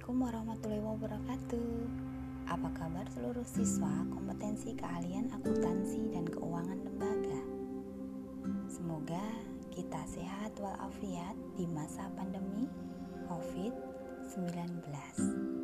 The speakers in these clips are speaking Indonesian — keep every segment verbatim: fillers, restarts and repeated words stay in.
Assalamualaikum warahmatullahi wabarakatuh. Apa kabar seluruh siswa kompetensi keahlian akuntansi dan keuangan lembaga? Semoga kita sehat walafiat di masa pandemi covid sembilan belas.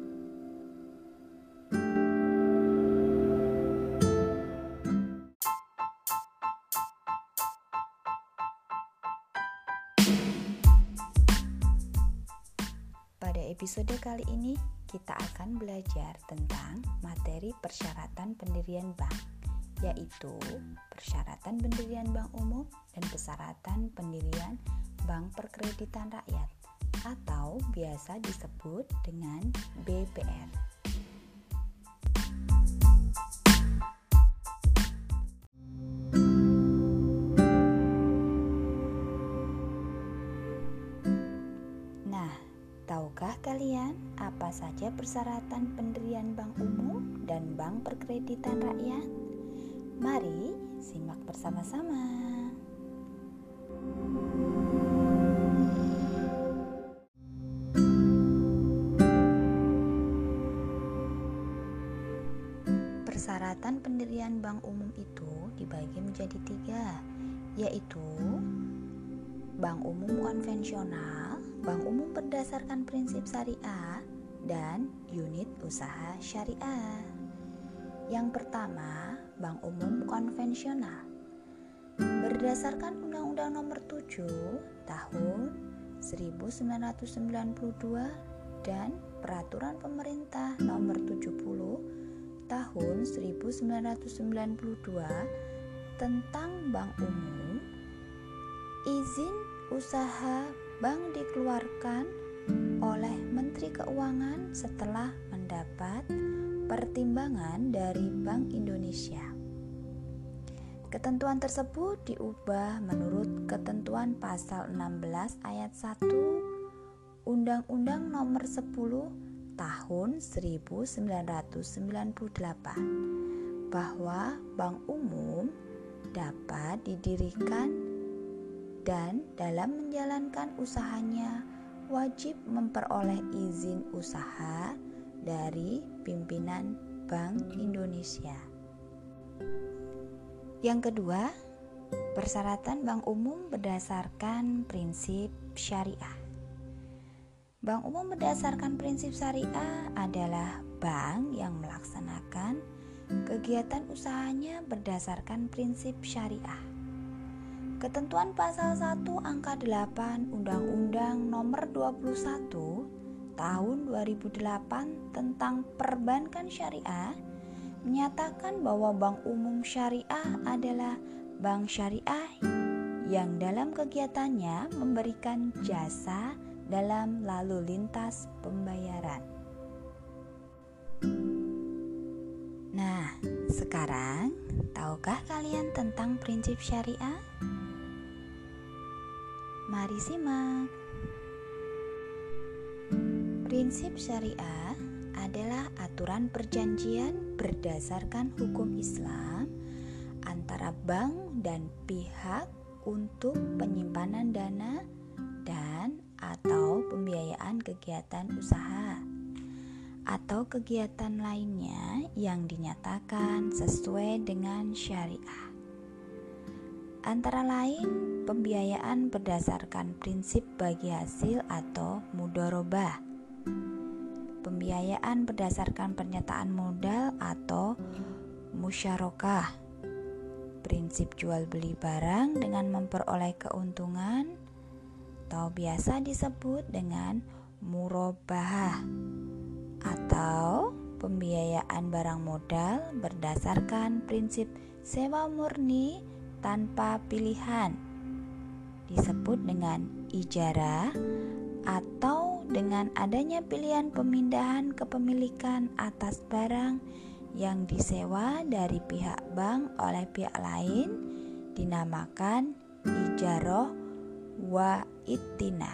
Pada episode kali ini, kita akan belajar tentang materi persyaratan pendirian bank, yaitu persyaratan pendirian bank umum dan persyaratan pendirian bank perkreditan rakyat, atau biasa disebut dengan B P R. Tahukah kalian apa saja persyaratan pendirian bank umum dan bank perkreditan rakyat? Mari simak bersama-sama. Persyaratan pendirian bank umum itu dibagi menjadi tiga, yaitu bank umum konvensional, bank umum berdasarkan prinsip syariah, dan unit usaha syariah. Yang pertama, bank umum konvensional. Berdasarkan Undang-Undang Nomor tujuh Tahun seribu sembilan ratus sembilan puluh dua dan Peraturan Pemerintah Nomor tujuh puluh Tahun seribu sembilan ratus sembilan puluh dua tentang bank umum, izin usaha bank dikeluarkan oleh Menteri Keuangan setelah mendapat pertimbangan dari Bank Indonesia. Ketentuan tersebut diubah menurut ketentuan pasal enam belas ayat satu Undang-Undang Nomor sepuluh Tahun seribu sembilan ratus sembilan puluh delapan bahwa bank umum dapat didirikan dan dalam menjalankan usahanya wajib memperoleh izin usaha dari pimpinan Bank Indonesia. Yang kedua, persyaratan bank umum berdasarkan prinsip syariah. Bank umum berdasarkan prinsip syariah adalah bank yang melaksanakan kegiatan usahanya berdasarkan prinsip syariah. Ketentuan pasal satu angka delapan Undang-Undang Nomor dua puluh satu Tahun dua ribu delapan tentang perbankan syariah menyatakan bahwa bank umum syariah adalah bank syariah yang dalam kegiatannya memberikan jasa dalam lalu lintas pembayaran. Nah, sekarang tahukah kalian tentang prinsip syariah? Mari simak. Prinsip syariah adalah aturan perjanjian berdasarkan hukum Islam antara bank dan pihak untuk penyimpanan dana dan atau pembiayaan kegiatan usaha atau kegiatan lainnya yang dinyatakan sesuai dengan syariah. Antara lain, pembiayaan berdasarkan prinsip bagi hasil atau mudharabah, pembiayaan berdasarkan pernyataan modal atau musyarakah, prinsip jual beli barang dengan memperoleh keuntungan atau biasa disebut dengan murabahah, atau pembiayaan barang modal berdasarkan prinsip sewa murni tanpa pilihan disebut dengan ijarah, atau dengan adanya pilihan pemindahan kepemilikan atas barang yang disewa dari pihak bank oleh pihak lain dinamakan ijarah wa ittina.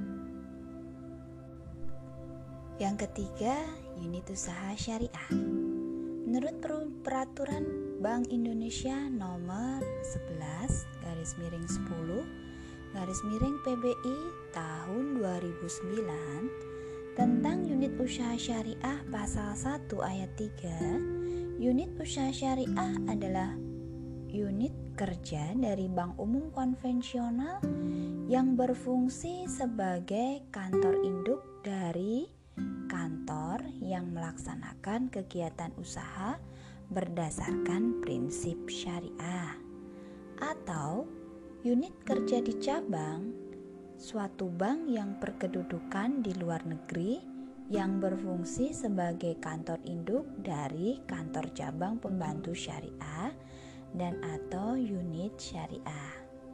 Yang ketiga, unit usaha syariah. Menurut peraturan Bank Indonesia nomor sebelas garis miring sepuluh garis miring P B I tahun dua ribu sembilan Tentang unit usaha syariah pasal satu ayat tiga, unit usaha syariah adalah unit kerja dari bank umum konvensional yang berfungsi sebagai kantor induk dari kantor yang melaksanakan kegiatan usaha berdasarkan prinsip syariah. Atau unit kerja di cabang, suatu bank yang berkedudukan di luar negeri yang berfungsi sebagai kantor induk dari kantor cabang pembantu syariah dan atau unit syariah.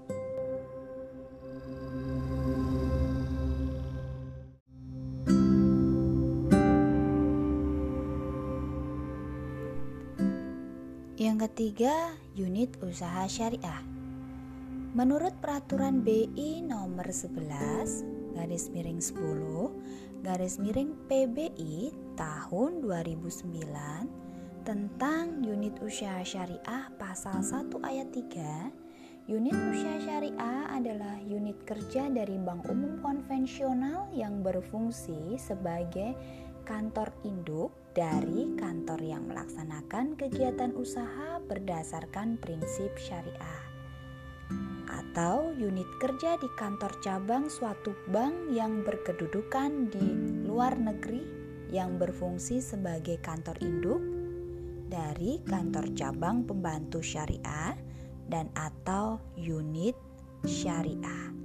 Yang ketiga, unit usaha syariah. Menurut peraturan B I nomor sebelas garis miring sepuluh garis miring P B I tahun dua ribu sembilan tentang unit usaha syariah pasal satu ayat tiga, unit usaha syariah adalah unit kerja dari bank umum konvensional yang berfungsi sebagai kantor induk dari kantor yang melaksanakan kegiatan usaha berdasarkan prinsip syariah. Atau unit kerja di kantor cabang suatu bank yang berkedudukan di luar negeri yang berfungsi sebagai kantor induk dari kantor cabang pembantu syariah dan atau unit syariah.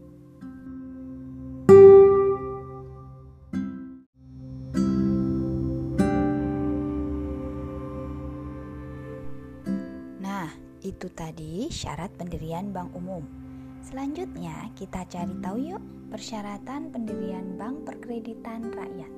Nah, itu tadi syarat pendirian bank umum. Selanjutnya kita cari tahu yuk persyaratan pendirian bank perkreditan rakyat.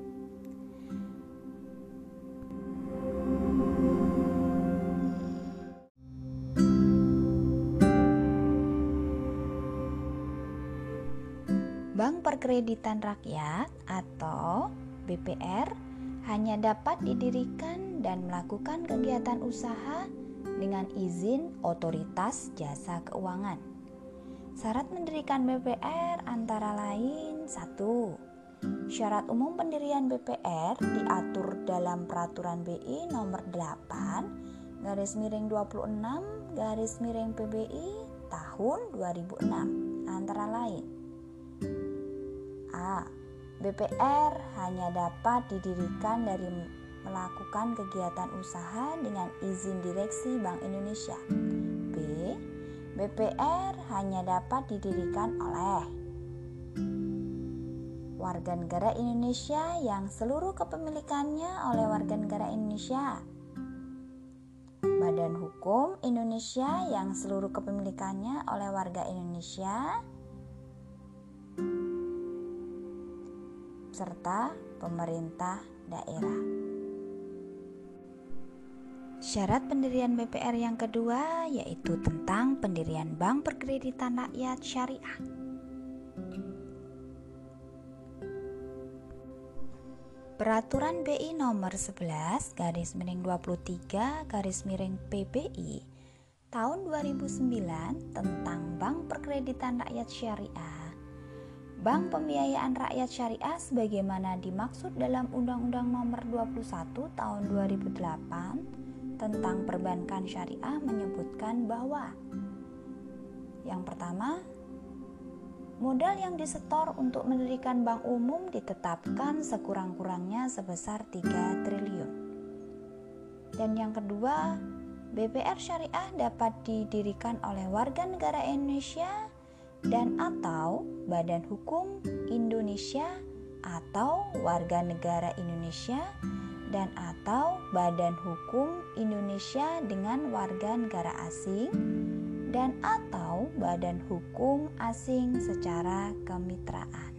Bank Perkreditan Rakyat atau B P R hanya dapat didirikan dan melakukan kegiatan usaha dengan izin Otoritas Jasa Keuangan. Syarat mendirikan B P R antara lain satu. Syarat umum pendirian B P R diatur dalam Peraturan B I nomor delapan garis miring dua puluh enam garis miring P B I tahun dua ribu enam antara lain A. B P R hanya dapat didirikan dari melakukan kegiatan usaha dengan izin direksi Bank Indonesia. B. B P R hanya dapat didirikan oleh warga negara Indonesia yang seluruh kepemilikannya oleh warga negara Indonesia. Badan Hukum Indonesia yang seluruh kepemilikannya oleh warga Indonesia. Serta pemerintah daerah. Syarat pendirian B P R yang kedua yaitu tentang pendirian Bank Perkreditan Rakyat Syariah. Peraturan B I nomor sebelas garis miring dua puluh tiga garis miring P B I tahun dua ribu sembilan tentang Bank Perkreditan Rakyat Syariah. Bank Pembiayaan Rakyat Syariah sebagaimana dimaksud dalam Undang-Undang Nomor dua puluh satu Tahun dua ribu delapan tentang Perbankan Syariah menyebutkan bahwa yang pertama, modal yang disetor untuk mendirikan bank umum ditetapkan sekurang-kurangnya sebesar tiga triliun. Dan yang kedua, B P R Syariah dapat didirikan oleh warga negara Indonesia dan atau Badan Hukum Indonesia atau warga negara Indonesia dan atau Badan Hukum Indonesia dengan warga negara asing dan atau Badan Hukum asing secara kemitraan.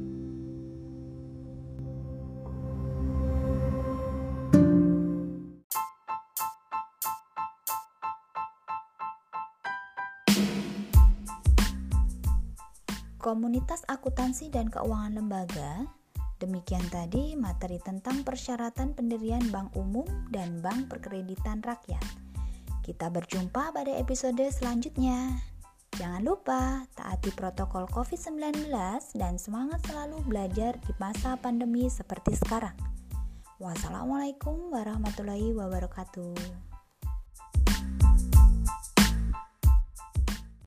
Komunitas Akuntansi dan Keuangan Lembaga. Demikian tadi materi tentang persyaratan pendirian bank umum dan bank perkreditan rakyat. Kita berjumpa pada episode selanjutnya. Jangan lupa taati protokol covid sembilan belas dan semangat selalu belajar di masa pandemi seperti sekarang. Wassalamualaikum warahmatullahi wabarakatuh.